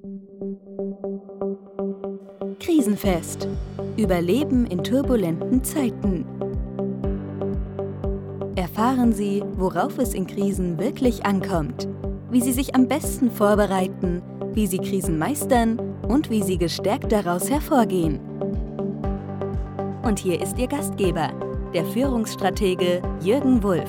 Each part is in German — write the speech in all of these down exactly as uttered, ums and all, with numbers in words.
Krisenfest. Überleben in turbulenten Zeiten. Erfahren Sie, worauf es in Krisen wirklich ankommt, wie Sie sich am besten vorbereiten, wie Sie Krisen meistern und wie Sie gestärkt daraus hervorgehen. Und hier ist Ihr Gastgeber, der Führungsstratege Jürgen Wulff.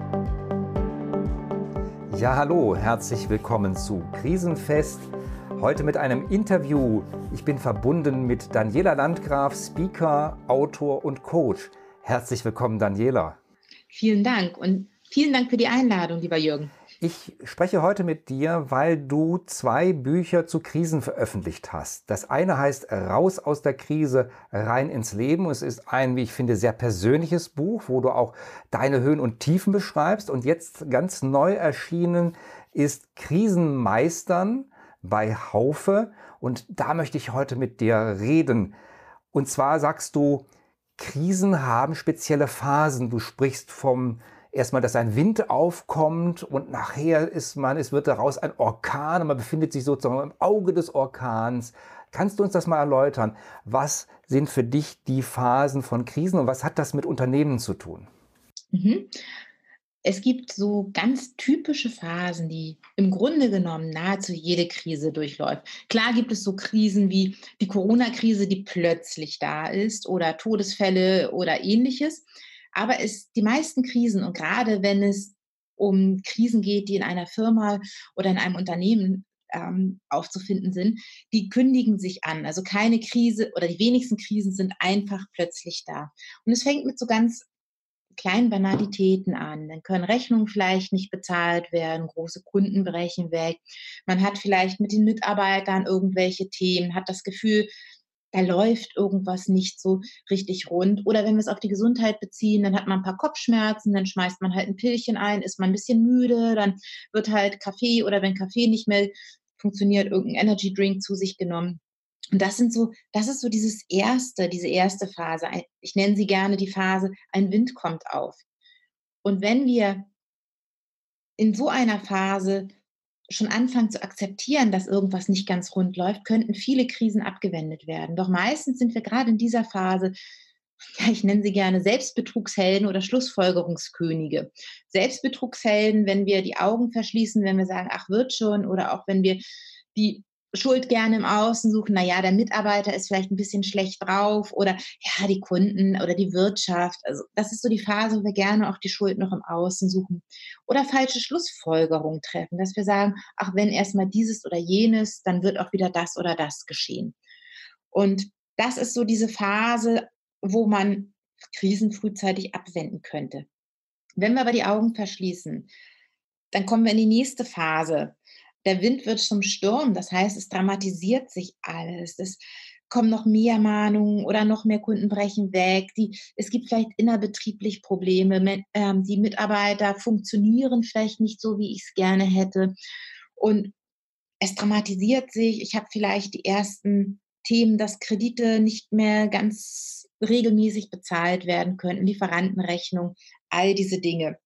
Ja, hallo, herzlich willkommen zu Krisenfest. Heute mit einem Interview. Ich bin verbunden mit Daniela Landgraf, Speaker, Autor und Coach. Herzlich willkommen, Daniela. Vielen Dank und vielen Dank für die Einladung, lieber Jürgen. Ich spreche heute mit dir, weil du zwei Bücher zu Krisen veröffentlicht hast. Das eine heißt Raus aus der Krise, rein ins Leben. Es ist ein, wie ich finde, sehr persönliches Buch, wo du auch deine Höhen und Tiefen beschreibst. Und jetzt ganz neu erschienen ist Krisen meistern bei Haufe. Und da möchte ich heute mit dir reden. Und zwar sagst du, Krisen haben spezielle Phasen. Du sprichst vom erstmal, dass ein Wind aufkommt und nachher ist man, es wird daraus ein Orkan und man befindet sich sozusagen im Auge des Orkans. Kannst du uns das mal erläutern? Was sind für dich die Phasen von Krisen und was hat das mit Unternehmen zu tun? Mhm. Es gibt so ganz typische Phasen, die im Grunde genommen nahezu jede Krise durchläuft. Klar gibt es so Krisen wie die Corona-Krise, die plötzlich da ist oder Todesfälle oder Ähnliches. Aber es, die meisten Krisen und gerade wenn es um Krisen geht, die in einer Firma oder in einem Unternehmen ähm, aufzufinden sind, die kündigen sich an. Also keine Krise oder die wenigsten Krisen sind einfach plötzlich da. Und es fängt mit so ganz kleinen Banalitäten an. Dann können Rechnungen vielleicht nicht bezahlt werden, große Kunden brechen weg. Man hat vielleicht mit den Mitarbeitern irgendwelche Themen, hat das Gefühl, da läuft irgendwas nicht so richtig rund. Oder wenn wir es auf die Gesundheit beziehen, dann hat man ein paar Kopfschmerzen, dann schmeißt man halt ein Pillchen ein, ist man ein bisschen müde, dann wird halt Kaffee oder wenn Kaffee nicht mehr funktioniert, irgendein Energy Drink zu sich genommen. Und das sind so, das ist so dieses erste, diese erste Phase. Ich nenne sie gerne die Phase, ein Wind kommt auf. Und wenn wir in so einer Phase schon anfangen zu akzeptieren, dass irgendwas nicht ganz rund läuft, könnten viele Krisen abgewendet werden. Doch meistens sind wir gerade in dieser Phase, ja, ich nenne sie gerne Selbstbetrugshelden oder Schlussfolgerungskönige. Selbstbetrugshelden, wenn wir die Augen verschließen, wenn wir sagen, ach, wird schon, oder auch wenn wir die Schuld gerne im Außen suchen, naja, der Mitarbeiter ist vielleicht ein bisschen schlecht drauf oder ja, die Kunden oder die Wirtschaft. Also das ist so die Phase, wo wir gerne auch die Schuld noch im Außen suchen. Oder falsche Schlussfolgerungen treffen, dass wir sagen, ach, wenn erstmal dieses oder jenes, dann wird auch wieder das oder das geschehen. Und das ist so diese Phase, wo man Krisen frühzeitig abwenden könnte. Wenn wir aber die Augen verschließen, dann kommen wir in die nächste Phase. Der Wind wird zum Sturm, das heißt, es dramatisiert sich alles. Es kommen noch mehr Mahnungen oder noch mehr Kunden brechen weg. Die, es gibt vielleicht innerbetrieblich Probleme. Mit, ähm, die Mitarbeiter funktionieren vielleicht nicht so, wie ich es gerne hätte. Und es dramatisiert sich. Ich habe vielleicht die ersten Themen, dass Kredite nicht mehr ganz regelmäßig bezahlt werden könnten, Lieferantenrechnung, all diese Dinge.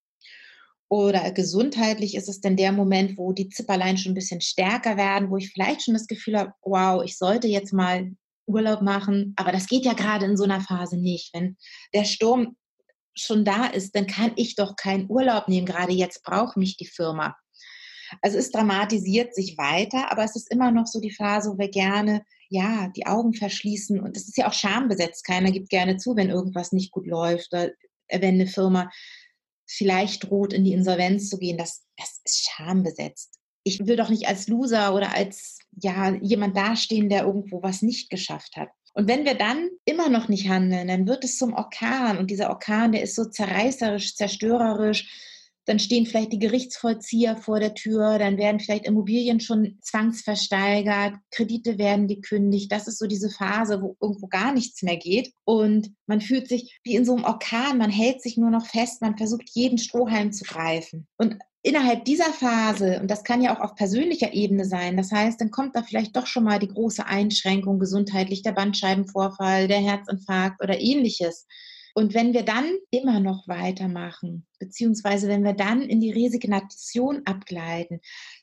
Oder gesundheitlich ist es dann der Moment, wo die Zipperlein schon ein bisschen stärker werden, wo ich vielleicht schon das Gefühl habe, wow, ich sollte jetzt mal Urlaub machen, aber das geht ja gerade in so einer Phase nicht. Wenn der Sturm schon da ist, dann kann ich doch keinen Urlaub nehmen. Gerade jetzt braucht mich die Firma. Also es dramatisiert sich weiter, aber es ist immer noch so die Phase, wo wir gerne, ja, die Augen verschließen. Und es ist ja auch schambesetzt. Keiner gibt gerne zu, wenn irgendwas nicht gut läuft oder wenn eine Firma vielleicht droht, in die Insolvenz zu gehen. Das, das ist schambesetzt. Ich will doch nicht als Loser oder als, ja, jemand dastehen, der irgendwo was nicht geschafft hat. Und wenn wir dann immer noch nicht handeln, dann wird es zum Orkan. Und dieser Orkan, der ist so zerreißerisch, zerstörerisch. Dann stehen vielleicht die Gerichtsvollzieher vor der Tür, dann werden vielleicht Immobilien schon zwangsversteigert, Kredite werden gekündigt. Das ist so diese Phase, wo irgendwo gar nichts mehr geht. Und man fühlt sich wie in so einem Orkan, man hält sich nur noch fest, man versucht jeden Strohhalm zu greifen. Und innerhalb dieser Phase, und das kann ja auch auf persönlicher Ebene sein, das heißt, dann kommt da vielleicht doch schon mal die große Einschränkung gesundheitlich, der Bandscheibenvorfall, der Herzinfarkt oder ähnliches. Und wenn wir dann immer noch weitermachen, beziehungsweise wenn wir dann in die Resignation abgleiten,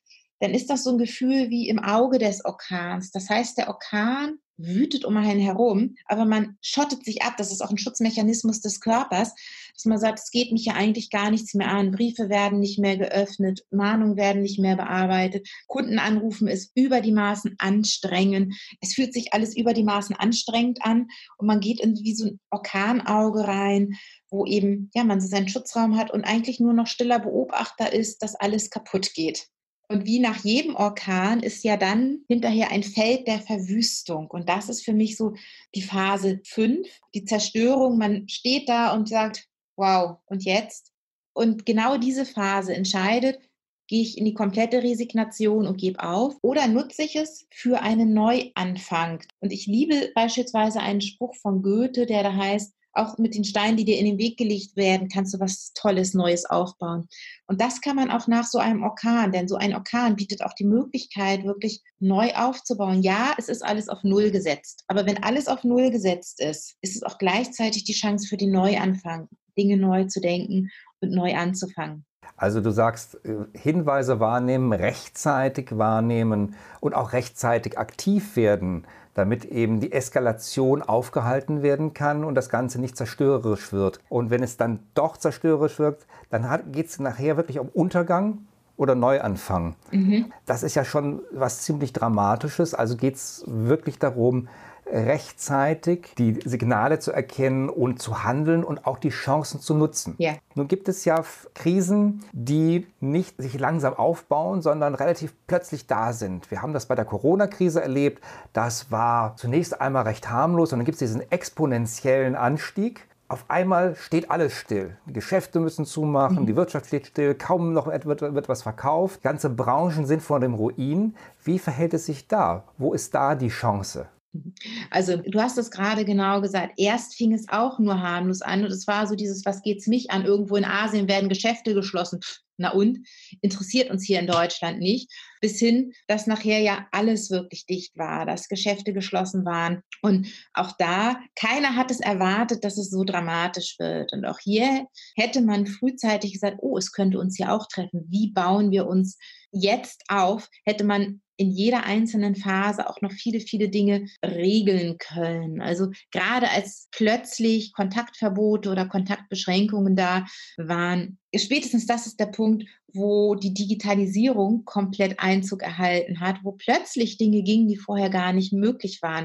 dann ist das so ein Gefühl wie im Auge des Orkans. Das heißt, der Orkan wütet um einen herum, aber man schottet sich ab. Das ist auch ein Schutzmechanismus des Körpers, dass man sagt, es geht mich ja eigentlich gar nichts mehr an. Briefe werden nicht mehr geöffnet, Mahnungen werden nicht mehr bearbeitet, Kunden anrufen ist über die Maßen anstrengend. Es fühlt sich alles über die Maßen anstrengend an und man geht in wie so ein Orkanauge rein, wo eben ja man so seinen Schutzraum hat und eigentlich nur noch stiller Beobachter ist, dass alles kaputt geht. Und wie nach jedem Orkan ist ja dann hinterher ein Feld der Verwüstung. Und das ist für mich so die Phase fünf, die Zerstörung. Man steht da und sagt, wow, und jetzt? Und genau diese Phase entscheidet, gehe ich in die komplette Resignation und gebe auf oder nutze ich es für einen Neuanfang? Und ich liebe beispielsweise einen Spruch von Goethe, der da heißt, auch mit den Steinen, die dir in den Weg gelegt werden, kannst du was Tolles, Neues aufbauen. Und das kann man auch nach so einem Orkan, denn so ein Orkan bietet auch die Möglichkeit, wirklich neu aufzubauen. Ja, es ist alles auf Null gesetzt, aber wenn alles auf Null gesetzt ist, ist es auch gleichzeitig die Chance für den Neuanfang, Dinge neu zu denken und neu anzufangen. Also du sagst, Hinweise wahrnehmen, rechtzeitig wahrnehmen und auch rechtzeitig aktiv werden, damit eben die Eskalation aufgehalten werden kann und das Ganze nicht zerstörerisch wird. Und wenn es dann doch zerstörerisch wirkt, dann geht es nachher wirklich um Untergang oder Neuanfang. Mhm. Das ist ja schon was ziemlich Dramatisches. Also geht es wirklich darum, rechtzeitig die Signale zu erkennen und zu handeln und auch die Chancen zu nutzen. Yeah. Nun gibt es ja Krisen, die nicht sich langsam aufbauen, sondern relativ plötzlich da sind. Wir haben das bei der Corona-Krise erlebt. Das war zunächst einmal recht harmlos und dann gibt es diesen exponentiellen Anstieg. Auf einmal steht alles still. Die Geschäfte müssen zumachen, mhm. die Wirtschaft steht still, kaum noch wird, wird was verkauft. Ganze Branchen sind vor dem Ruin. Wie verhält es sich da? Wo ist da die Chance? Also du hast es gerade genau gesagt, erst fing es auch nur harmlos an und es war so dieses, was geht's mich an, irgendwo in Asien werden Geschäfte geschlossen, na und, interessiert uns hier in Deutschland nicht, bis hin, dass nachher ja alles wirklich dicht war, dass Geschäfte geschlossen waren und auch da, keiner hat es erwartet, dass es so dramatisch wird und auch hier hätte man frühzeitig gesagt, oh, es könnte uns ja auch treffen, wie bauen wir uns jetzt auf, hätte man in jeder einzelnen Phase auch noch viele, viele Dinge regeln können. Also gerade als plötzlich Kontaktverbote oder Kontaktbeschränkungen da waren, spätestens das ist der Punkt, wo die Digitalisierung komplett Einzug erhalten hat, wo plötzlich Dinge gingen, die vorher gar nicht möglich waren.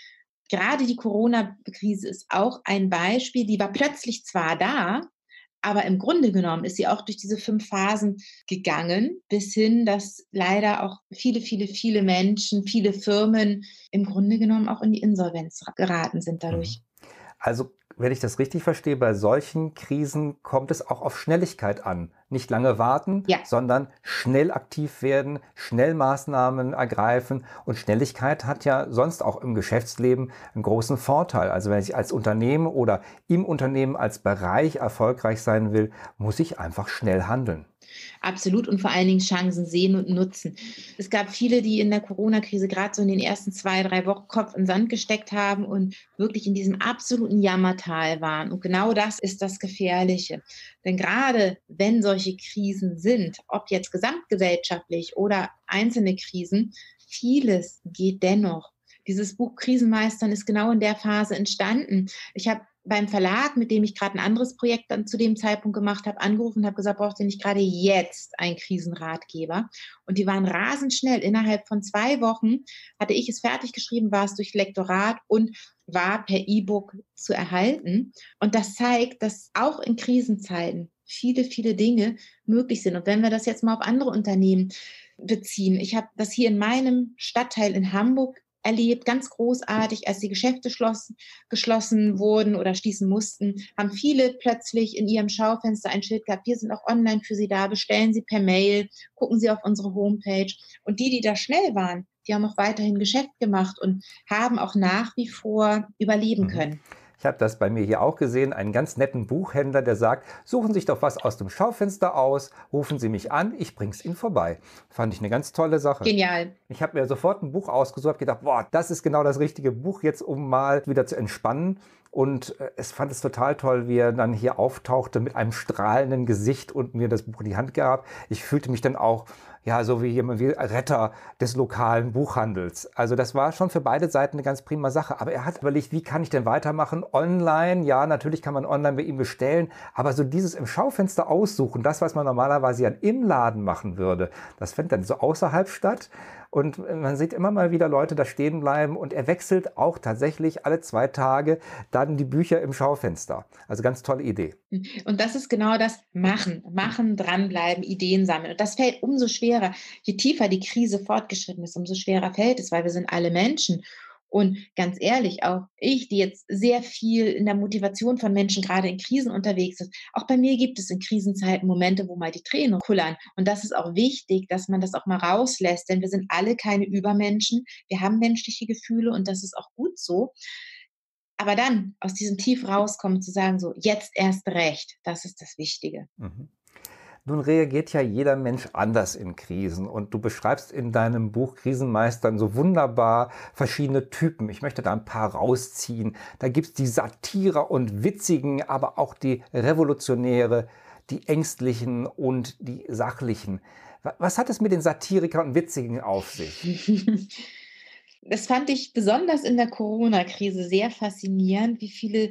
Gerade die Corona-Krise ist auch ein Beispiel, die war plötzlich zwar da, aber im Grunde genommen ist sie auch durch diese fünf Phasen gegangen, bis hin, dass leider auch viele, viele, viele Menschen, viele Firmen im Grunde genommen auch in die Insolvenz geraten sind dadurch. Also, wenn ich das richtig verstehe, bei solchen Krisen kommt es auch auf Schnelligkeit an. Nicht lange warten, ja. sondern schnell aktiv werden, schnell Maßnahmen ergreifen. Und Schnelligkeit hat ja sonst auch im Geschäftsleben einen großen Vorteil. Also wenn ich als Unternehmen oder im Unternehmen als Bereich erfolgreich sein will, muss ich einfach schnell handeln. Absolut und vor allen Dingen Chancen sehen und nutzen. Es gab viele, die in der Corona-Krise gerade so in den ersten zwei, drei Wochen Kopf in den Sand gesteckt haben und wirklich in diesem absoluten Jammertal waren. Und genau das ist das Gefährliche. Denn gerade wenn solche Krisen sind, ob jetzt gesamtgesellschaftlich oder einzelne Krisen, vieles geht dennoch. Dieses Buch Krisenmeistern ist genau in der Phase entstanden. Ich habe beim Verlag, mit dem ich gerade ein anderes Projekt dann zu dem Zeitpunkt gemacht habe, angerufen und habe gesagt, braucht ihr nicht gerade jetzt einen Krisenratgeber? Und die waren rasend schnell. Innerhalb von zwei Wochen hatte ich es fertig geschrieben, war es durch Lektorat und war per E-Book zu erhalten. Und das zeigt, dass auch in Krisenzeiten viele, viele Dinge möglich sind. Und wenn wir das jetzt mal auf andere Unternehmen beziehen, ich habe das hier in meinem Stadtteil in Hamburg erlebt, ganz großartig, als die Geschäfte schlossen, geschlossen wurden oder schließen mussten, haben viele plötzlich in ihrem Schaufenster ein Schild gehabt, wir sind auch online für Sie da, bestellen Sie per Mail, gucken Sie auf unsere Homepage. Und die, die da schnell waren, die haben auch weiterhin Geschäft gemacht und haben auch nach wie vor überleben können. Ich habe das bei mir hier auch gesehen, einen ganz netten Buchhändler, der sagt, suchen Sie sich doch was aus dem Schaufenster aus, rufen Sie mich an, ich bringe es Ihnen vorbei. Fand ich eine ganz tolle Sache. Genial. Ich habe mir sofort ein Buch ausgesucht, habe gedacht, boah, das ist genau das richtige Buch jetzt, um mal wieder zu entspannen. Und es fand es total toll, wie er dann hier auftauchte mit einem strahlenden Gesicht und mir das Buch in die Hand gab. Ich fühlte mich dann auch ja, so wie jemand wie Retter des lokalen Buchhandels. Also das war schon für beide Seiten eine ganz prima Sache. Aber er hat überlegt, wie kann ich denn weitermachen? Online, ja, natürlich kann man online bei ihm bestellen, aber so dieses im Schaufenster aussuchen, das, was man normalerweise ja im Laden machen würde, das findet dann so außerhalb statt. Und man sieht immer mal wieder Leute da stehen bleiben und er wechselt auch tatsächlich alle zwei Tage dann die Bücher im Schaufenster. Also ganz tolle Idee. Und das ist genau das Machen, Machen, dranbleiben, Ideen sammeln. Und das fällt umso schwerer, je tiefer die Krise fortgeschritten ist, umso schwerer fällt es, weil wir sind alle Menschen. Und ganz ehrlich, auch ich, die jetzt sehr viel in der Motivation von Menschen gerade in Krisen unterwegs ist, auch bei mir gibt es in Krisenzeiten Momente, wo mal die Tränen kullern. Und das ist auch wichtig, dass man das auch mal rauslässt, denn wir sind alle keine Übermenschen. Wir haben menschliche Gefühle und das ist auch gut so. Aber dann aus diesem Tief rauskommen, zu sagen, so jetzt erst recht, das ist das Wichtige. Mhm. Nun reagiert ja jeder Mensch anders in Krisen und du beschreibst in deinem Buch Krisenmeistern so wunderbar verschiedene Typen. Ich möchte da ein paar rausziehen. Da gibt es die Satirer und Witzigen, aber auch die Revolutionäre, die Ängstlichen und die Sachlichen. Was hat es mit den Satirikern und Witzigen auf sich? Das fand ich besonders in der Corona-Krise sehr faszinierend, wie viele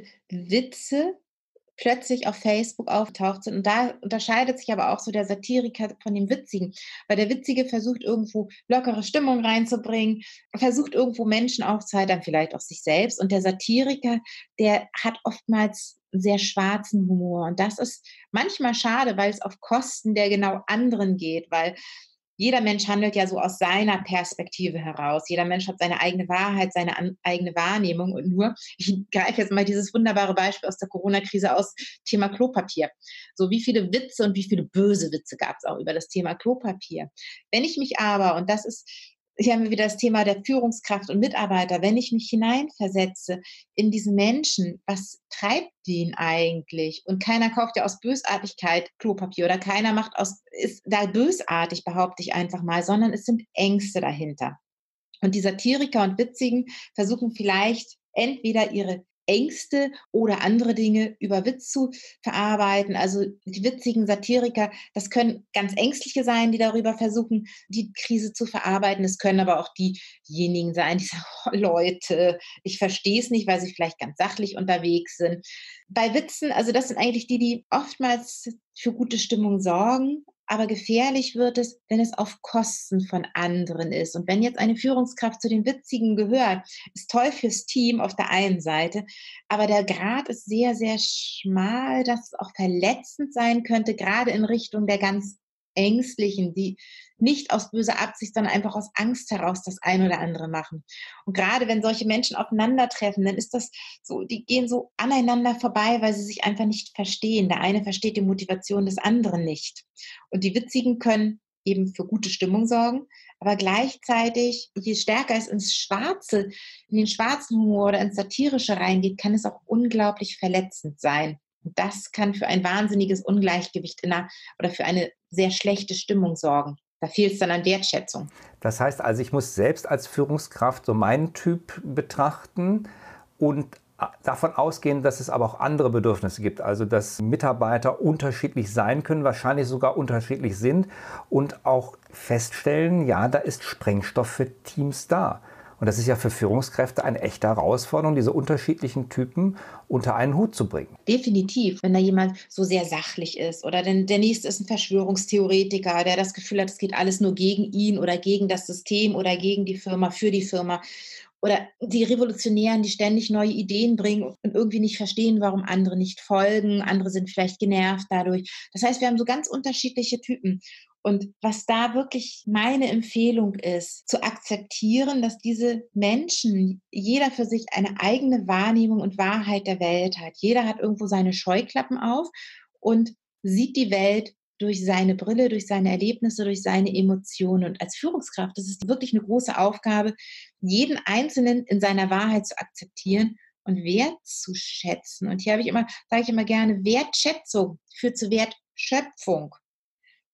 Witze plötzlich auf Facebook auftaucht sind. Und da unterscheidet sich aber auch so der Satiriker von dem Witzigen. Weil der Witzige versucht irgendwo lockere Stimmung reinzubringen, versucht irgendwo Menschen aufzuheitern, vielleicht auch sich selbst. Und der Satiriker, der hat oftmals einen sehr schwarzen Humor. Und das ist manchmal schade, weil es auf Kosten der genau anderen geht, weil jeder Mensch handelt ja so aus seiner Perspektive heraus. Jeder Mensch hat seine eigene Wahrheit, seine an, eigene Wahrnehmung. Und nur, ich greife jetzt mal dieses wunderbare Beispiel aus der Corona-Krise aus, Thema Klopapier. So wie viele Witze und wie viele böse Witze gab es auch über das Thema Klopapier. Wenn ich mich aber, und das ist, hier haben wir wieder das Thema der Führungskraft und Mitarbeiter, wenn ich mich hineinversetze in diese Menschen, was treibt den eigentlich? Und keiner kauft ja aus Bösartigkeit Klopapier oder keiner macht aus, ist da bösartig, behaupte ich einfach mal, sondern es sind Ängste dahinter. Und die Satiriker und Witzigen versuchen vielleicht entweder ihre Ängste oder andere Dinge über Witz zu verarbeiten. Also die witzigen Satiriker, das können ganz Ängstliche sein, die darüber versuchen, die Krise zu verarbeiten. Es können aber auch diejenigen sein, die sagen, oh, Leute, ich verstehe es nicht, weil sie vielleicht ganz sachlich unterwegs sind. Bei Witzen, also das sind eigentlich die, die oftmals für gute Stimmung sorgen, aber gefährlich wird es, wenn es auf Kosten von anderen ist. Und wenn jetzt eine Führungskraft zu den Witzigen gehört, ist toll fürs Team auf der einen Seite, aber der Grad ist sehr, sehr schmal, dass es auch verletzend sein könnte, gerade in Richtung der ganz Ängstlichen, die nicht aus böser Absicht, sondern einfach aus Angst heraus das ein oder andere machen. Und gerade wenn solche Menschen aufeinandertreffen, dann ist das so, die gehen so aneinander vorbei, weil sie sich einfach nicht verstehen. Der eine versteht die Motivation des anderen nicht. Und die Witzigen können eben für gute Stimmung sorgen, aber gleichzeitig, je stärker es ins Schwarze, in den schwarzen Humor oder ins Satirische reingeht, kann es auch unglaublich verletzend sein. Und das kann für ein wahnsinniges Ungleichgewicht in einer, oder für eine sehr schlechte Stimmung sorgen. Da fehlt es dann an Wertschätzung. Das heißt also, ich muss selbst als Führungskraft so meinen Typ betrachten und davon ausgehen, dass es aber auch andere Bedürfnisse gibt. Also dass Mitarbeiter unterschiedlich sein können, wahrscheinlich sogar unterschiedlich sind und auch feststellen, ja, da ist Sprengstoff für Teams da. Und das ist ja für Führungskräfte eine echte Herausforderung, diese unterschiedlichen Typen unter einen Hut zu bringen. Definitiv, wenn da jemand so sehr sachlich ist oder denn der nächste ist ein Verschwörungstheoretiker, der das Gefühl hat, es geht alles nur gegen ihn oder gegen das System oder gegen die Firma, für die Firma. Oder die Revolutionären, die ständig neue Ideen bringen und irgendwie nicht verstehen, warum andere nicht folgen. Andere sind vielleicht genervt dadurch. Das heißt, wir haben so ganz unterschiedliche Typen. Und was da wirklich meine Empfehlung ist, zu akzeptieren, dass diese Menschen, jeder für sich eine eigene Wahrnehmung und Wahrheit der Welt hat. Jeder hat irgendwo seine Scheuklappen auf und sieht die Welt durch seine Brille, durch seine Erlebnisse, durch seine Emotionen. Und als Führungskraft ist es wirklich eine große Aufgabe, jeden Einzelnen in seiner Wahrheit zu akzeptieren und wertzuschätzen. Und hier habe ich immer, sage ich immer gerne, Wertschätzung führt zu Wertschöpfung.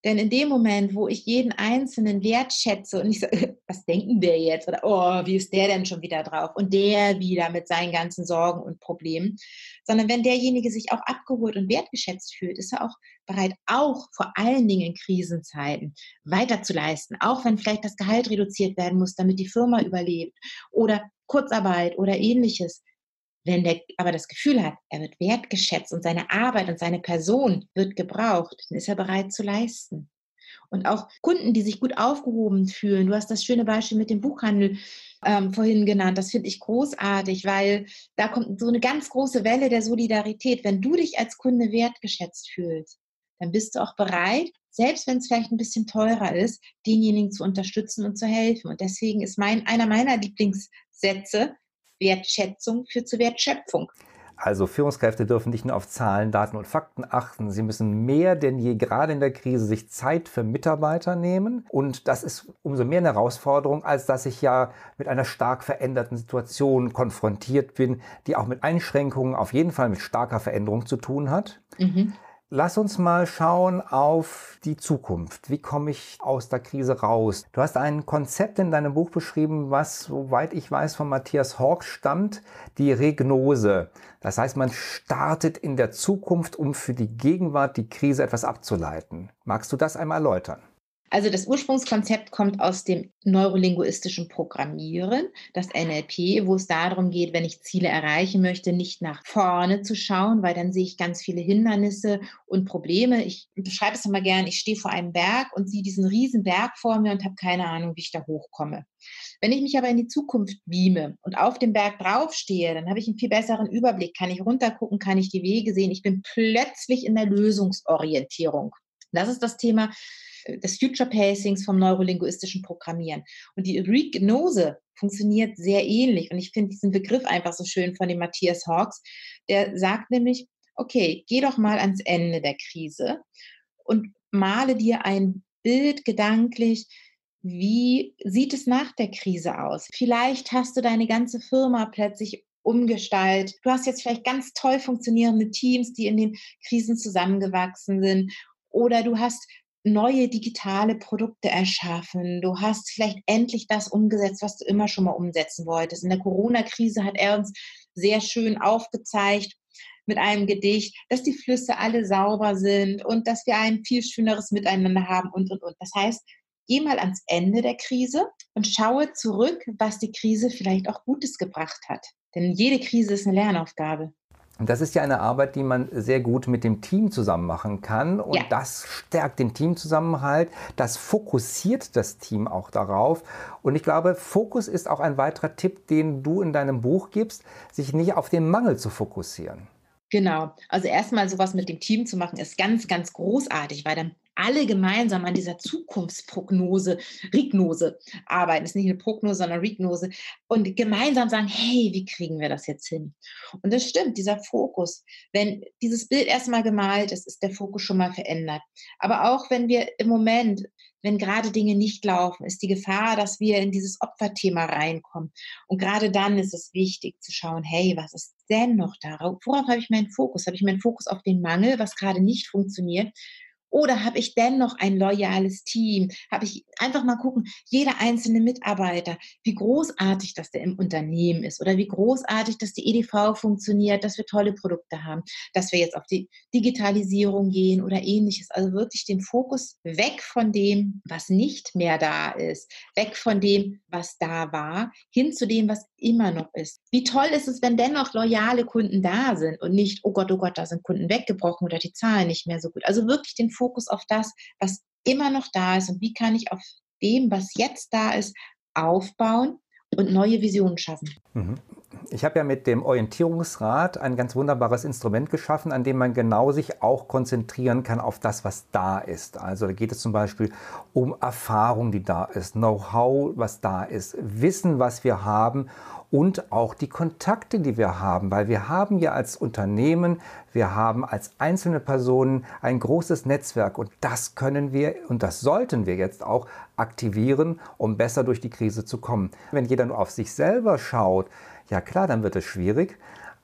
Denn in dem Moment, wo ich jeden Einzelnen wertschätze und nicht so, was denken der jetzt? Oder, oh, wie ist der denn schon wieder drauf? Und der wieder mit seinen ganzen Sorgen und Problemen. Sondern wenn derjenige sich auch abgeholt und wertgeschätzt fühlt, ist er auch bereit, auch vor allen Dingen in Krisenzeiten weiterzuleisten. Auch wenn vielleicht das Gehalt reduziert werden muss, damit die Firma überlebt. Oder Kurzarbeit oder Ähnliches. Wenn der aber das Gefühl hat, er wird wertgeschätzt und seine Arbeit und seine Person wird gebraucht, dann ist er bereit zu leisten. Und auch Kunden, die sich gut aufgehoben fühlen. Du hast das schöne Beispiel mit dem Buchhandel ähm, vorhin genannt. Das finde ich großartig, weil da kommt so eine ganz große Welle der Solidarität. Wenn du dich als Kunde wertgeschätzt fühlst, dann bist du auch bereit, selbst wenn es vielleicht ein bisschen teurer ist, denjenigen zu unterstützen und zu helfen. Und deswegen ist mein, einer meiner Lieblingssätze, Wertschätzung führt zu Wertschöpfung. Also Führungskräfte dürfen nicht nur auf Zahlen, Daten und Fakten achten. Sie müssen mehr denn je, gerade in der Krise, sich Zeit für Mitarbeiter nehmen. Und das ist umso mehr eine Herausforderung, als dass ich ja mit einer stark veränderten Situation konfrontiert bin, die auch mit Einschränkungen, auf jeden Fall mit starker Veränderung zu tun hat. Mhm. Lass uns mal schauen auf die Zukunft. Wie komme ich aus der Krise raus? Du hast ein Konzept in deinem Buch beschrieben, was, soweit ich weiß, von Matthias Hawkes stammt, die Regnose. Das heißt, man startet in der Zukunft, um für die Gegenwart die Krise etwas abzuleiten. Magst du das einmal erläutern? Also das Ursprungskonzept kommt aus dem neurolinguistischen Programmieren, das N L P, wo es darum geht, wenn ich Ziele erreichen möchte, nicht nach vorne zu schauen, weil dann sehe ich ganz viele Hindernisse und Probleme. Ich beschreibe es immer gern, ich stehe vor einem Berg und sehe diesen riesen Berg vor mir und habe keine Ahnung, wie ich da hochkomme. Wenn ich mich aber in die Zukunft beame und auf dem Berg draufstehe, dann habe ich einen viel besseren Überblick, kann ich runtergucken, kann ich die Wege sehen. Ich bin plötzlich in der Lösungsorientierung. Das ist das Thema des Future Pacings vom neurolinguistischen Programmieren. Und die Regnose funktioniert sehr ähnlich. Und ich finde diesen Begriff einfach so schön von dem Matthias Hawkes. Der sagt nämlich, okay, geh doch mal ans Ende der Krise und male dir ein Bild gedanklich, wie sieht es nach der Krise aus? Vielleicht hast du deine ganze Firma plötzlich umgestaltet. Du hast jetzt vielleicht ganz toll funktionierende Teams, die in den Krisen zusammengewachsen sind. Oder du hast neue digitale Produkte erschaffen. Du hast vielleicht endlich das umgesetzt, was du immer schon mal umsetzen wolltest. In der Corona-Krise hat er uns sehr schön aufgezeigt mit einem Gedicht, dass die Flüsse alle sauber sind und dass wir ein viel schöneres Miteinander haben und, und, und. Das heißt, geh mal ans Ende der Krise und schaue zurück, was die Krise vielleicht auch Gutes gebracht hat. Denn jede Krise ist eine Lernaufgabe. Und das ist ja eine Arbeit, die man sehr gut mit dem Team zusammen machen kann. Und ja, das stärkt den Teamzusammenhalt, das fokussiert das Team auch darauf. Und ich glaube, Fokus ist auch ein weiterer Tipp, den du in deinem Buch gibst, sich nicht auf den Mangel zu fokussieren. Genau, also erstmal sowas mit dem Team zu machen, ist ganz, ganz großartig, weil dann alle gemeinsam an dieser Zukunftsprognose, Regnose arbeiten. Das ist nicht eine Prognose, sondern Regnose. Und gemeinsam sagen, hey, wie kriegen wir das jetzt hin? Und das stimmt, dieser Fokus. Wenn dieses Bild erstmal gemalt ist, ist der Fokus schon mal verändert. Aber auch wenn wir im Moment, wenn gerade Dinge nicht laufen, ist die Gefahr, dass wir in dieses Opferthema reinkommen. Und gerade dann ist es wichtig zu schauen, hey, was ist denn noch da? Worauf habe ich meinen Fokus? Habe ich meinen Fokus auf den Mangel, was gerade nicht funktioniert? Oder habe ich dennoch ein loyales Team? Habe ich einfach mal gucken, jeder einzelne Mitarbeiter, wie großartig das der im Unternehmen ist oder wie großartig, dass die E D V funktioniert, dass wir tolle Produkte haben, dass wir jetzt auf die Digitalisierung gehen oder Ähnliches. Also wirklich den Fokus weg von dem, was nicht mehr da ist, weg von dem, was da war, hin zu dem, was immer noch ist. Wie toll ist es, wenn dennoch loyale Kunden da sind und nicht, oh Gott, oh Gott, da sind Kunden weggebrochen oder die Zahlen nicht mehr so gut. Also wirklich den Fokus auf das, was immer noch da ist und wie kann ich auf dem, was jetzt da ist, aufbauen und neue Visionen schaffen. Ich habe ja mit dem Orientierungsrad ein ganz wunderbares Instrument geschaffen, an dem man genau sich auch konzentrieren kann auf das, was da ist. Also da geht es zum Beispiel um Erfahrung, die da ist, Know-how, was da ist, Wissen, was wir haben und auch die Kontakte, die wir haben, weil wir haben ja als Unternehmen, wir haben als einzelne Personen ein großes Netzwerk und das können wir und das sollten wir jetzt auch aktivieren, um besser durch die Krise zu kommen. Wenn jeder nur auf sich selber schaut, ja klar, dann wird es schwierig.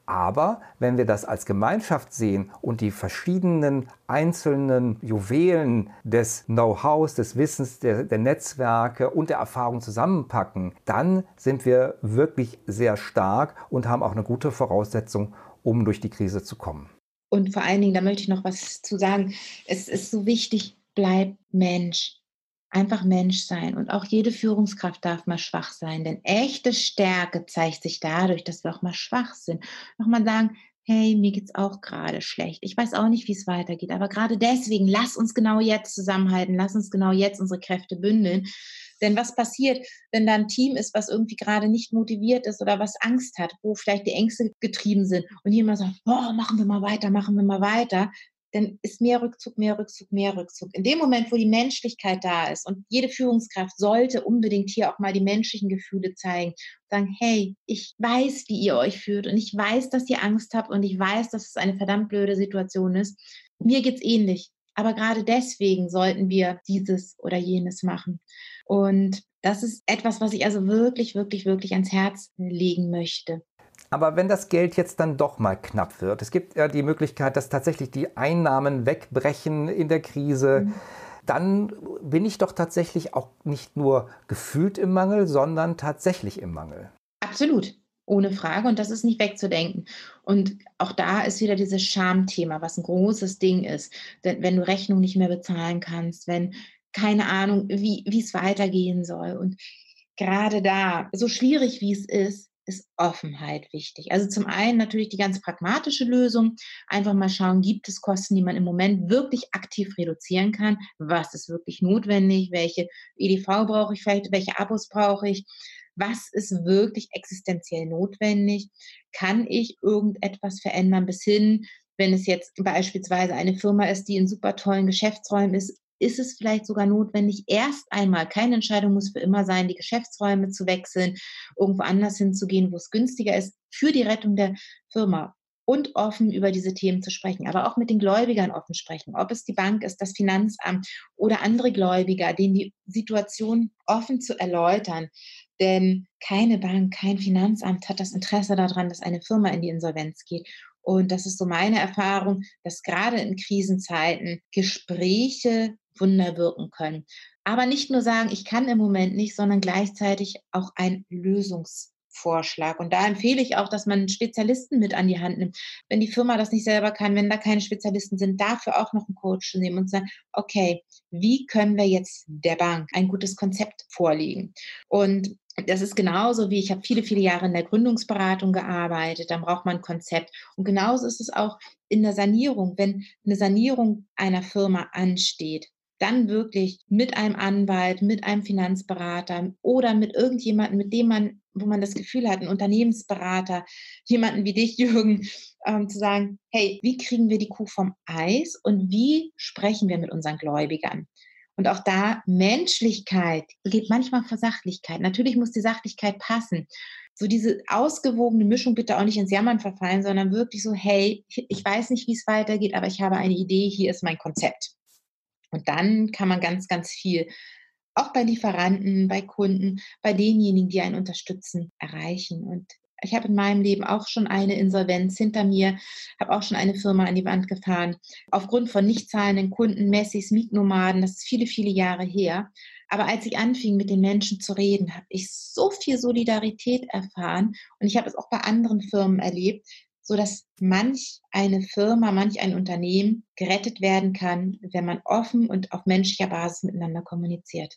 Aber wenn wir das als Gemeinschaft sehen und die verschiedenen einzelnen Juwelen des Know-hows, des Wissens, der, der Netzwerke und der Erfahrung zusammenpacken, dann sind wir wirklich sehr stark und haben auch eine gute Voraussetzung, um durch die Krise zu kommen. Und vor allen Dingen, da möchte ich noch was zu sagen, es ist so wichtig, bleib Mensch. Einfach Mensch sein. Und auch jede Führungskraft darf mal schwach sein. Denn echte Stärke zeigt sich dadurch, dass wir auch mal schwach sind. Nochmal sagen, hey, mir geht's auch gerade schlecht. Ich weiß auch nicht, wie es weitergeht. Aber gerade deswegen, lass uns genau jetzt zusammenhalten. Lass uns genau jetzt unsere Kräfte bündeln. Denn was passiert, wenn da ein Team ist, was irgendwie gerade nicht motiviert ist oder was Angst hat, wo vielleicht die Ängste getrieben sind und jemand sagt, boah, machen wir mal weiter, machen wir mal weiter, dann ist mehr Rückzug, mehr Rückzug, mehr Rückzug. In dem Moment, wo die Menschlichkeit da ist und jede Führungskraft sollte unbedingt hier auch mal die menschlichen Gefühle zeigen, sagen, hey, ich weiß, wie ihr euch fühlt und ich weiß, dass ihr Angst habt und ich weiß, dass es eine verdammt blöde Situation ist. Mir geht's ähnlich. Aber gerade deswegen sollten wir dieses oder jenes machen. Und das ist etwas, was ich also wirklich, wirklich, wirklich ans Herz legen möchte. Aber wenn das Geld jetzt dann doch mal knapp wird, es gibt ja die Möglichkeit, dass tatsächlich die Einnahmen wegbrechen in der Krise, mhm. dann bin ich doch tatsächlich auch nicht nur gefühlt im Mangel, sondern tatsächlich im Mangel. Absolut, ohne Frage. Und das ist nicht wegzudenken. Und auch da ist wieder dieses Schamthema, was ein großes Ding ist. Denn wenn du Rechnung nicht mehr bezahlen kannst, wenn keine Ahnung, wie wie es weitergehen soll. Und gerade da, so schwierig wie es ist, ist Offenheit wichtig. Also zum einen natürlich die ganz pragmatische Lösung, einfach mal schauen, gibt es Kosten, die man im Moment wirklich aktiv reduzieren kann? Was ist wirklich notwendig? Welche E D V brauche ich vielleicht? Welche Abos brauche ich? Was ist wirklich existenziell notwendig? Kann ich irgendetwas verändern bis hin, wenn es jetzt beispielsweise eine Firma ist, die in super tollen Geschäftsräumen ist, ist es vielleicht sogar notwendig, erst einmal, keine Entscheidung muss für immer sein, die Geschäftsräume zu wechseln, irgendwo anders hinzugehen, wo es günstiger ist, für die Rettung der Firma und offen über diese Themen zu sprechen, aber auch mit den Gläubigern offen sprechen, ob es die Bank ist, das Finanzamt oder andere Gläubiger, denen die Situation offen zu erläutern. Denn keine Bank, kein Finanzamt hat das Interesse daran, dass eine Firma in die Insolvenz geht. Und das ist so meine Erfahrung, dass gerade in Krisenzeiten Gespräche Wunder wirken können. Aber nicht nur sagen, ich kann im Moment nicht, sondern gleichzeitig auch ein Lösungsvorschlag. Und da empfehle ich auch, dass man einen Spezialisten mit an die Hand nimmt. Wenn die Firma das nicht selber kann, wenn da keine Spezialisten sind, dafür auch noch einen Coach zu nehmen und zu sagen, okay, wie können wir jetzt der Bank ein gutes Konzept vorlegen? Und das ist genauso wie, ich habe viele, viele Jahre in der Gründungsberatung gearbeitet, dann braucht man ein Konzept. Und genauso ist es auch in der Sanierung. Wenn eine Sanierung einer Firma ansteht, dann wirklich mit einem Anwalt, mit einem Finanzberater oder mit irgendjemandem, mit dem man, wo man das Gefühl hat, ein Unternehmensberater, jemanden wie dich, Jürgen, ähm, zu sagen, hey, wie kriegen wir die Kuh vom Eis und wie sprechen wir mit unseren Gläubigern? Und auch da, Menschlichkeit geht manchmal vor Sachlichkeit. Natürlich muss die Sachlichkeit passen. So diese ausgewogene Mischung, bitte auch nicht ins Jammern verfallen, sondern wirklich so, hey, ich weiß nicht, wie es weitergeht, aber ich habe eine Idee, hier ist mein Konzept. Und dann kann man ganz, ganz viel, auch bei Lieferanten, bei Kunden, bei denjenigen, die einen unterstützen, erreichen. Und ich habe in meinem Leben auch schon eine Insolvenz hinter mir, habe auch schon eine Firma an die Wand gefahren. Aufgrund von nicht zahlenden Kunden, Messis, Mietnomaden, das ist viele, viele Jahre her. Aber als ich anfing, mit den Menschen zu reden, habe ich so viel Solidarität erfahren. Und ich habe es auch bei anderen Firmen erlebt, sodass manch eine Firma, manch ein Unternehmen gerettet werden kann, wenn man offen und auf menschlicher Basis miteinander kommuniziert.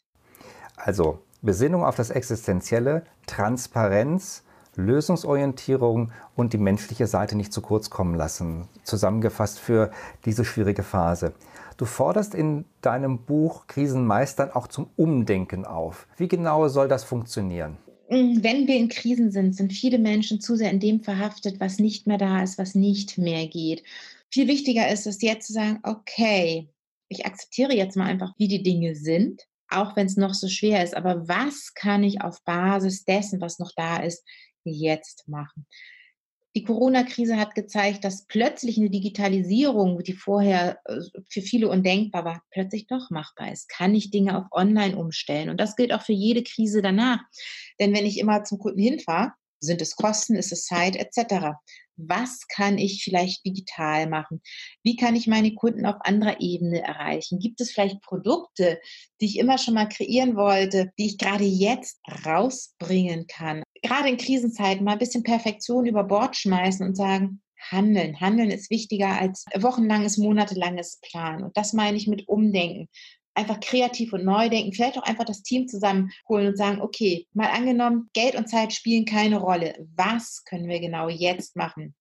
Also Besinnung auf das Existenzielle, Transparenz, Lösungsorientierung und die menschliche Seite nicht zu kurz kommen lassen, zusammengefasst für diese schwierige Phase. Du forderst in deinem Buch Krisen meistern auch zum Umdenken auf. Wie genau soll das funktionieren? Wenn wir in Krisen sind, sind viele Menschen zu sehr in dem verhaftet, was nicht mehr da ist, was nicht mehr geht. Viel wichtiger ist es jetzt zu sagen, okay, ich akzeptiere jetzt mal einfach, wie die Dinge sind, auch wenn es noch so schwer ist. Aber was kann ich auf Basis dessen, was noch da ist, jetzt machen? Die Corona-Krise hat gezeigt, dass plötzlich eine Digitalisierung, die vorher äh, für viele undenkbar war, plötzlich doch machbar ist. Kann ich Dinge auf online umstellen? Und das gilt auch für jede Krise danach. Denn wenn ich immer zum Kunden hinfahre, Sind es Kosten, ist es Zeit et cetera. Was kann ich vielleicht digital machen? Wie kann ich meine Kunden auf anderer Ebene erreichen? Gibt es vielleicht Produkte, die ich immer schon mal kreieren wollte, die ich gerade jetzt rausbringen kann? Gerade in Krisenzeiten mal ein bisschen Perfektion über Bord schmeißen und sagen, handeln. Handeln ist wichtiger als wochenlanges, monatelanges Planen. Und das meine ich mit Umdenken. Einfach kreativ und neu denken, vielleicht auch einfach das Team zusammenholen und sagen, okay, mal angenommen, Geld und Zeit spielen keine Rolle. Was können wir genau jetzt machen?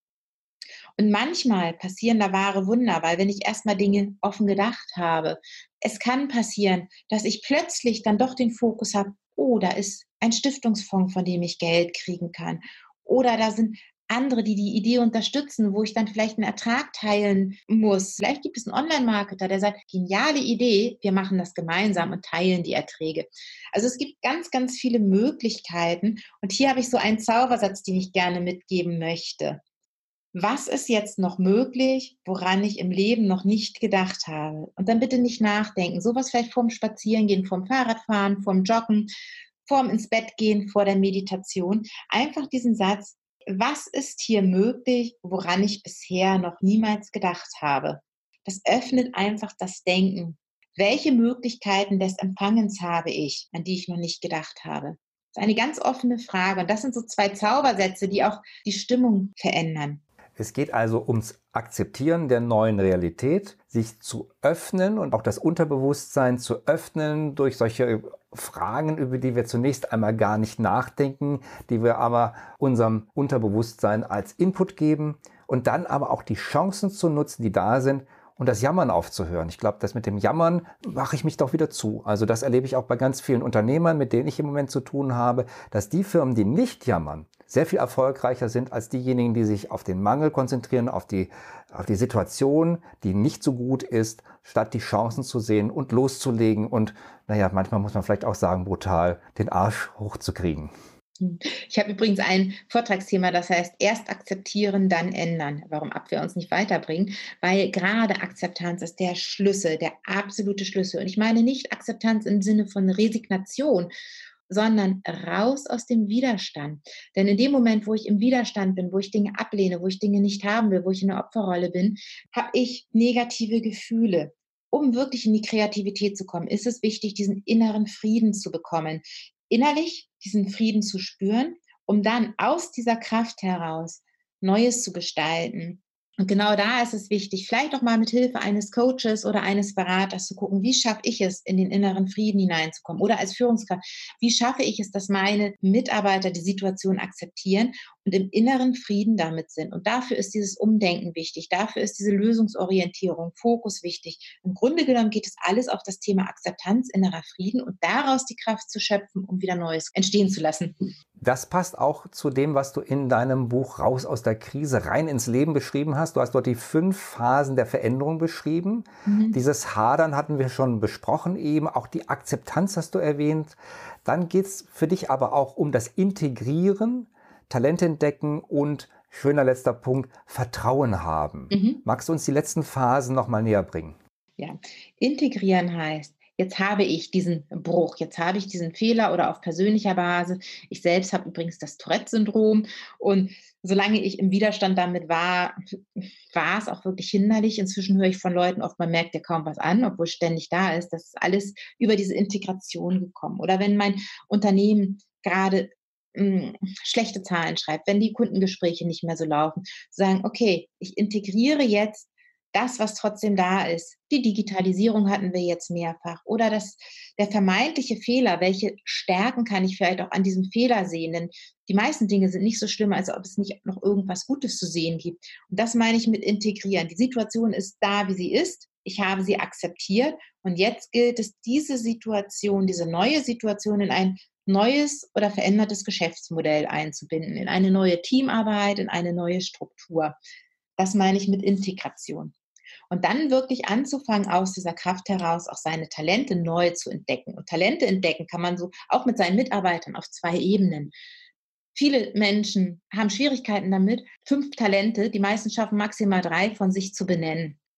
Und manchmal passieren da wahre Wunder, weil wenn ich erstmal Dinge offen gedacht habe, es kann passieren, dass ich plötzlich dann doch den Fokus habe, oh, da ist ein Stiftungsfonds, von dem ich Geld kriegen kann. Oder da sind andere, die die Idee unterstützen, wo ich dann vielleicht einen Ertrag teilen muss. Vielleicht gibt es einen Online-Marketer, der sagt, geniale Idee, wir machen das gemeinsam und teilen die Erträge. Also es gibt ganz, ganz viele Möglichkeiten. Und hier habe ich so einen Zaubersatz, den ich gerne mitgeben möchte. Was ist jetzt noch möglich, woran ich im Leben noch nicht gedacht habe? Und dann bitte nicht nachdenken. Sowas vielleicht vorm Spazierengehen, vorm Fahrradfahren, vorm Joggen, vorm ins Bett gehen, vor der Meditation. Einfach diesen Satz, was ist hier möglich, woran ich bisher noch niemals gedacht habe? Das öffnet einfach das Denken. Welche Möglichkeiten des Empfangens habe ich, an die ich noch nicht gedacht habe? Das ist eine ganz offene Frage. Und das sind so zwei Zaubersätze, die auch die Stimmung verändern. Es geht also ums Akzeptieren der neuen Realität, sich zu öffnen und auch das Unterbewusstsein zu öffnen durch solche Fragen, über die wir zunächst einmal gar nicht nachdenken, die wir aber unserem Unterbewusstsein als Input geben und dann aber auch die Chancen zu nutzen, die da sind, und das Jammern aufzuhören. Ich glaube, das mit dem Jammern mache ich mich doch wieder zu. Also das erlebe ich auch bei ganz vielen Unternehmern, mit denen ich im Moment zu tun habe, dass die Firmen, die nicht jammern, sehr viel erfolgreicher sind als diejenigen, die sich auf den Mangel konzentrieren, auf die, auf die Situation, die nicht so gut ist, statt die Chancen zu sehen und loszulegen und, naja, manchmal muss man vielleicht auch sagen, brutal den Arsch hochzukriegen. Ich habe übrigens ein Vortragsthema, das heißt, erst akzeptieren, dann ändern. Warum Abwehr uns nicht weiterbringt, weil gerade Akzeptanz ist der Schlüssel, der absolute Schlüssel. Und ich meine nicht Akzeptanz im Sinne von Resignation, sondern raus aus dem Widerstand. Denn in dem Moment, wo ich im Widerstand bin, wo ich Dinge ablehne, wo ich Dinge nicht haben will, wo ich in der Opferrolle bin, habe ich negative Gefühle. Um wirklich in die Kreativität zu kommen, ist es wichtig, diesen inneren Frieden zu bekommen. Innerlich diesen Frieden zu spüren, um dann aus dieser Kraft heraus Neues zu gestalten. Und genau da ist es wichtig, vielleicht auch mal mit Hilfe eines Coaches oder eines Beraters zu gucken, wie schaffe ich es, in den inneren Frieden hineinzukommen? Oder als Führungskraft, wie schaffe ich es, dass meine Mitarbeiter die Situation akzeptieren und im inneren Frieden damit sind? Und dafür ist dieses Umdenken wichtig, dafür ist diese Lösungsorientierung, Fokus wichtig. Im Grunde genommen geht es alles auf das Thema Akzeptanz, innerer Frieden und daraus die Kraft zu schöpfen, um wieder Neues entstehen zu lassen. Das passt auch zu dem, was du in deinem Buch Raus aus der Krise, rein ins Leben beschrieben hast. Du hast dort die fünf Phasen der Veränderung beschrieben. Mhm. Dieses Hadern hatten wir schon besprochen eben. Auch die Akzeptanz hast du erwähnt. Dann geht es für dich aber auch um das Integrieren, Talente entdecken und, schöner letzter Punkt, Vertrauen haben. Mhm. Magst du uns die letzten Phasen noch mal näher bringen? Ja, integrieren heißt, jetzt habe ich diesen Bruch, jetzt habe ich diesen Fehler oder auf persönlicher Basis. Ich selbst habe übrigens das Tourette-Syndrom und solange ich im Widerstand damit war, war es auch wirklich hinderlich. Inzwischen höre ich von Leuten oft, man merkt ja kaum was an, obwohl ständig da ist. Das ist alles über diese Integration gekommen. Oder wenn mein Unternehmen gerade mh, schlechte Zahlen schreibt, wenn die Kundengespräche nicht mehr so laufen, sagen, okay, ich integriere jetzt das, was trotzdem da ist. Die Digitalisierung hatten wir jetzt mehrfach. Oder das, der vermeintliche Fehler, welche Stärken kann ich vielleicht auch an diesem Fehler sehen? Denn die meisten Dinge sind nicht so schlimm, als ob es nicht noch irgendwas Gutes zu sehen gibt. Und das meine ich mit integrieren. Die Situation ist da, wie sie ist. Ich habe sie akzeptiert. Und jetzt gilt es, diese Situation, diese neue Situation in ein neues oder verändertes Geschäftsmodell einzubinden, in eine neue Teamarbeit, in eine neue Struktur. Das meine ich mit Integration. Und dann wirklich anzufangen, aus dieser Kraft heraus auch seine Talente neu zu entdecken. Und Talente entdecken kann man so auch mit seinen Mitarbeitern auf zwei Ebenen. Viele Menschen haben Schwierigkeiten damit, fünf Talente, die meisten schaffen maximal drei, von sich zu benennen.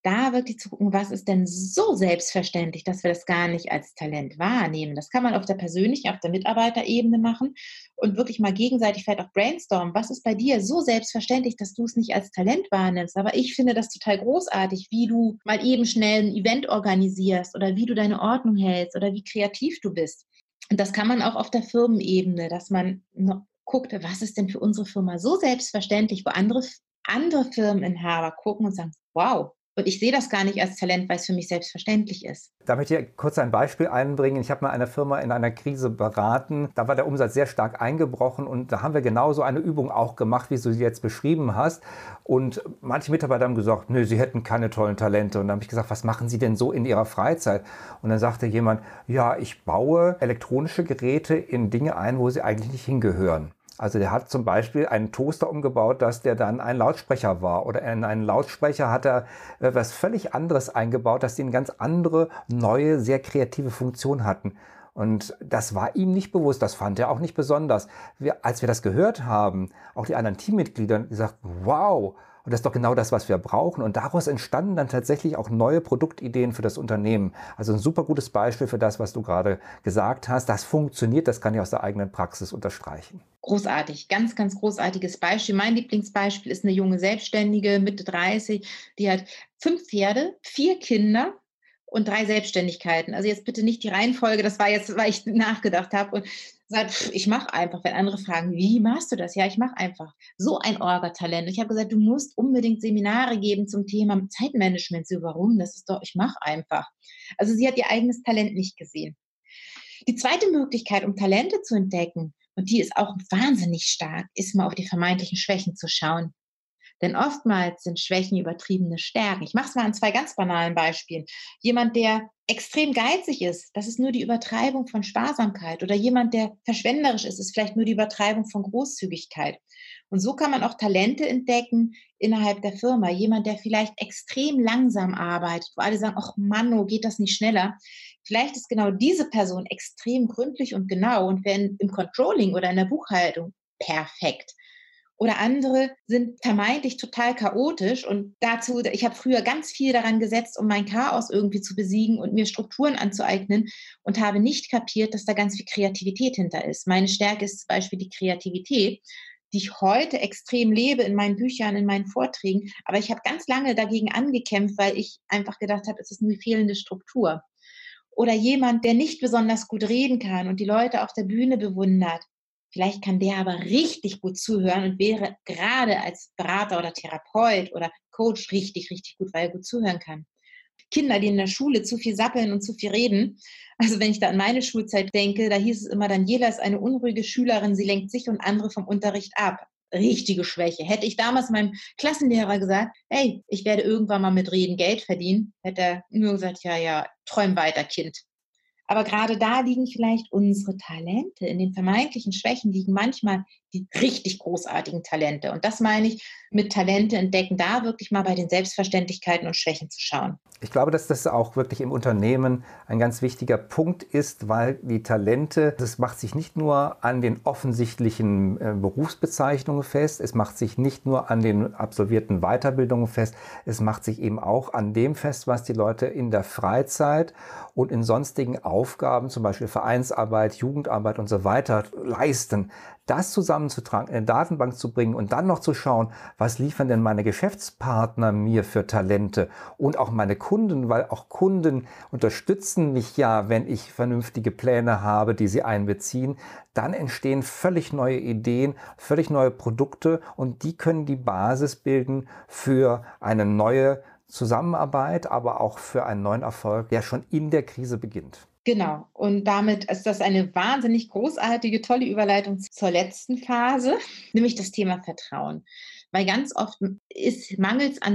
da wirklich zu gucken, was ist denn so selbstverständlich, dass wir das gar nicht als Talent wahrnehmen. Das kann man auf der persönlichen, auf der Mitarbeiterebene machen und wirklich mal gegenseitig vielleicht auch brainstormen. Was ist bei dir so selbstverständlich, dass du es nicht als Talent wahrnimmst? Aber ich finde das total großartig, wie du mal eben schnell ein Event organisierst oder wie du deine Ordnung hältst oder wie kreativ du bist. Und das kann man auch auf der Firmenebene, dass man noch guckt, was ist denn für unsere Firma so selbstverständlich, wo andere, andere Firmeninhaber gucken und sagen, wow, und ich sehe das gar nicht als Talent, weil es für mich selbstverständlich ist. Da möchte ich kurz ein Beispiel einbringen. Ich habe mal eine Firma in einer Krise beraten. Da war der Umsatz sehr stark eingebrochen und da haben wir genauso eine Übung auch gemacht, wie du sie jetzt beschrieben hast. Und manche Mitarbeiter haben gesagt, nö, sie hätten keine tollen Talente. Und dann habe ich gesagt, was machen Sie denn so in Ihrer Freizeit? Und dann sagte jemand, ja, ich baue elektronische Geräte in Dinge ein, wo sie eigentlich nicht hingehören. Also der hat zum Beispiel einen Toaster umgebaut, dass der dann ein Lautsprecher war. Oder in einen Lautsprecher hat er äh, was völlig anderes eingebaut, dass die eine ganz andere, neue, sehr kreative Funktion hatten. Und das war ihm nicht bewusst, das fand er auch nicht besonders. Wir, als wir das gehört haben, auch die anderen Teammitglieder, die sagten, wow, und das ist doch genau das, was wir brauchen. Und daraus entstanden dann tatsächlich auch neue Produktideen für das Unternehmen. Also ein super gutes Beispiel für das, was du gerade gesagt hast. Das funktioniert, das kann ich aus der eigenen Praxis unterstreichen. Großartig, ganz, ganz großartiges Beispiel. Mein Lieblingsbeispiel ist eine junge Selbstständige, Mitte dreißig, die hat fünf Pferde, vier Kinder und drei Selbstständigkeiten. Also jetzt bitte nicht die Reihenfolge, das war jetzt, weil ich nachgedacht habe und sagt, pff, ich mache einfach. Wenn andere fragen, wie machst du das? Ja, ich mache einfach. So ein Orga-Talent. Ich habe gesagt, du musst unbedingt Seminare geben zum Thema Zeitmanagement. So, warum? Das ist doch, ich mache einfach. Also sie hat ihr eigenes Talent nicht gesehen. Die zweite Möglichkeit, um Talente zu entdecken, und die ist auch wahnsinnig stark, ist mal auf die vermeintlichen Schwächen zu schauen. Denn oftmals sind Schwächen übertriebene Stärken. Ich mache es mal an zwei ganz banalen Beispielen. Jemand, der extrem geizig ist, das ist nur die Übertreibung von Sparsamkeit. Oder jemand, der verschwenderisch ist, ist vielleicht nur die Übertreibung von Großzügigkeit. Und so kann man auch Talente entdecken innerhalb der Firma. Jemand, der vielleicht extrem langsam arbeitet, wo alle sagen, ach Mann, oh, geht das nicht schneller? Vielleicht ist genau diese Person extrem gründlich und genau und wäre im Controlling oder in der Buchhaltung perfekt. Oder andere sind vermeintlich total chaotisch und dazu, ich habe früher ganz viel daran gesetzt, um mein Chaos irgendwie zu besiegen und mir Strukturen anzueignen und habe nicht kapiert, dass da ganz viel Kreativität hinter ist. Meine Stärke ist zum Beispiel die Kreativität, die ich heute extrem lebe in meinen Büchern, in meinen Vorträgen. Aber ich habe ganz lange dagegen angekämpft, weil ich einfach gedacht habe, es ist nur fehlende Struktur. Oder jemand, der nicht besonders gut reden kann und die Leute auf der Bühne bewundert. Vielleicht kann der aber richtig gut zuhören und wäre gerade als Berater oder Therapeut oder Coach richtig, richtig gut, weil er gut zuhören kann. Kinder, die in der Schule zu viel sappeln und zu viel reden. Also wenn ich da an meine Schulzeit denke, da hieß es immer, Daniela ist eine unruhige Schülerin, sie lenkt sich und andere vom Unterricht ab. Richtige Schwäche. Hätte ich damals meinem Klassenlehrer gesagt, hey, ich werde irgendwann mal mit Reden Geld verdienen, hätte er nur gesagt, ja, ja, träum weiter, Kind. Aber gerade da liegen vielleicht unsere Talente. In den vermeintlichen Schwächen liegen manchmal die richtig großartigen Talente. Und das meine ich mit Talente entdecken, da wirklich mal bei den Selbstverständlichkeiten und Schwächen zu schauen. Ich glaube, dass das auch wirklich im Unternehmen ein ganz wichtiger Punkt ist, weil die Talente, das macht sich nicht nur an den offensichtlichen äh, Berufsbezeichnungen fest, es macht sich nicht nur an den absolvierten Weiterbildungen fest, es macht sich eben auch an dem fest, was die Leute in der Freizeit und in sonstigen Aufgaben, zum Beispiel Vereinsarbeit, Jugendarbeit und so weiter, leisten. Das zusammenzutragen, in eine Datenbank zu bringen und dann noch zu schauen, was liefern denn meine Geschäftspartner mir für Talente und auch meine Kunden, weil auch Kunden unterstützen mich ja, wenn ich vernünftige Pläne habe, die sie einbeziehen. Dann entstehen völlig neue Ideen, völlig neue Produkte und die können die Basis bilden für eine neue Zusammenarbeit, aber auch für einen neuen Erfolg, der schon in der Krise beginnt. Genau. Und damit ist das eine wahnsinnig großartige, tolle Überleitung zur letzten Phase, nämlich das Thema Vertrauen. Weil ganz oft ist mangels an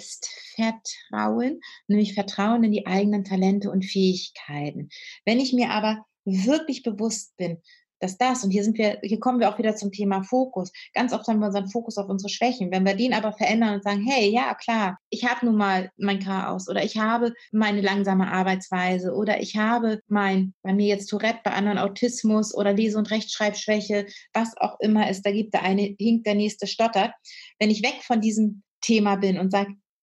Selbstvertrauen, nämlich Vertrauen in die eigenen Talente und Fähigkeiten. Wenn ich mir aber wirklich bewusst bin, dass das, und hier sind wir, hier kommen wir auch wieder zum Thema Fokus. Ganz oft haben wir unseren Fokus auf unsere Schwächen. Wenn wir den aber verändern und sagen, hey, ja, klar, ich habe nun mal mein Chaos oder ich habe meine langsame Arbeitsweise oder ich habe mein, bei mir jetzt Tourette, bei anderen Autismus oder Lese- und Rechtschreibschwäche, was auch immer ist, da gibt der eine, hinkt, der nächste stottert. Wenn ich weg von diesem Thema bin und sage,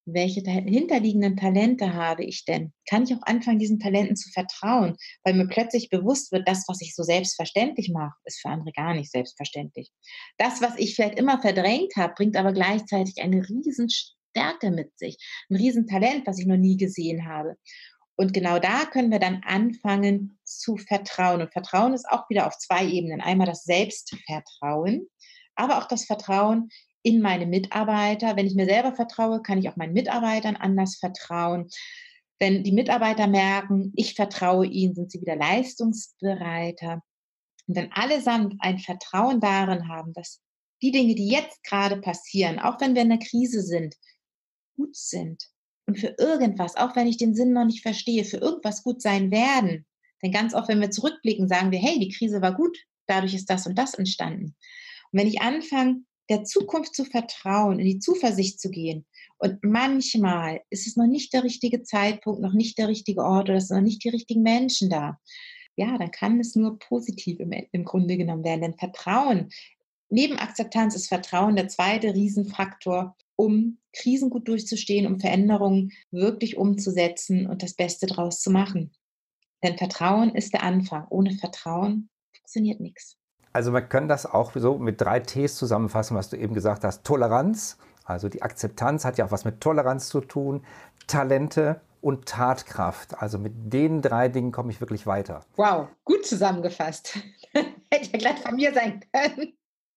Welche hinterliegenden Talente habe ich denn? Kann ich auch anfangen, diesen Talenten zu vertrauen, weil mir plötzlich bewusst wird, das, was ich so selbstverständlich mache, ist für andere gar nicht selbstverständlich. Das, was ich vielleicht immer verdrängt habe, bringt aber gleichzeitig eine Riesenstärke mit sich, ein Riesentalent, was ich noch nie gesehen habe. Und genau da können wir dann anfangen zu vertrauen. Und Vertrauen ist auch wieder auf zwei Ebenen. Einmal das Selbstvertrauen, aber auch das Vertrauen in meine Mitarbeiter. Wenn ich mir selber vertraue, kann ich auch meinen Mitarbeitern anders vertrauen. Wenn die Mitarbeiter merken, ich vertraue ihnen, sind sie wieder leistungsbereiter. Und wenn allesamt ein Vertrauen darin haben, dass die Dinge, die jetzt gerade passieren, auch wenn wir in einer Krise sind, gut sind und für irgendwas, auch wenn ich den Sinn noch nicht verstehe, für irgendwas gut sein werden. Denn ganz oft, wenn wir zurückblicken, sagen wir, hey, die Krise war gut, dadurch ist das und das entstanden. Und wenn ich anfange, der Zukunft zu vertrauen, in die Zuversicht zu gehen, und manchmal ist es noch nicht der richtige Zeitpunkt, noch nicht der richtige Ort oder es sind noch nicht die richtigen Menschen da, ja, dann kann es nur positiv im, im Grunde genommen werden. Denn Vertrauen, neben Akzeptanz ist Vertrauen der zweite Riesenfaktor, um Krisen gut durchzustehen, um Veränderungen wirklich umzusetzen und das Beste draus zu machen. Denn Vertrauen ist der Anfang. Ohne Vertrauen funktioniert nichts. Also wir können das auch so mit drei Ts zusammenfassen, was du eben gesagt hast. Toleranz, also die Akzeptanz hat ja auch was mit Toleranz zu tun, Talente und Tatkraft. Also mit den drei Dingen komme ich wirklich weiter. Wow, gut zusammengefasst. Hätte ja gleich von mir sein können.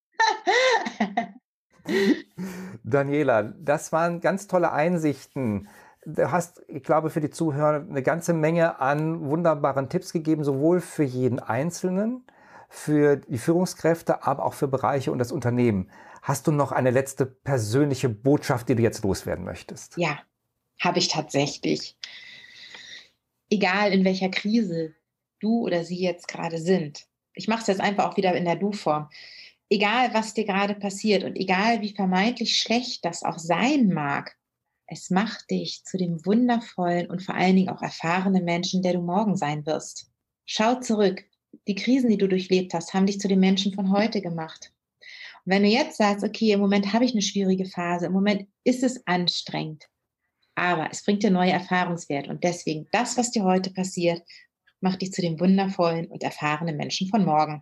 Daniela, das waren ganz tolle Einsichten. Du hast, ich glaube, für die Zuhörer eine ganze Menge an wunderbaren Tipps gegeben, sowohl für jeden Einzelnen, für die Führungskräfte, aber auch für Bereiche und das Unternehmen. Hast du noch eine letzte persönliche Botschaft, die du jetzt loswerden möchtest? Ja, habe ich tatsächlich. Egal in welcher Krise du oder sie jetzt gerade sind. Ich mache es jetzt einfach auch wieder in der Du-Form. Egal, was dir gerade passiert und egal, wie vermeintlich schlecht das auch sein mag, es macht dich zu dem wundervollen und vor allen Dingen auch erfahrenen Menschen, der du morgen sein wirst. Schau zurück. Die Krisen, die du durchlebt hast, haben dich zu dem Menschen von heute gemacht. Und wenn du jetzt sagst, okay, im Moment habe ich eine schwierige Phase, im Moment ist es anstrengend, aber es bringt dir neue Erfahrungswerte und deswegen, das, was dir heute passiert, macht dich zu dem wundervollen und erfahrenen Menschen von morgen.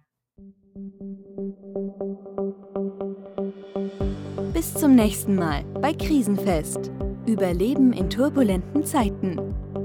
Bis zum nächsten Mal bei Krisenfest. Überleben in turbulenten Zeiten.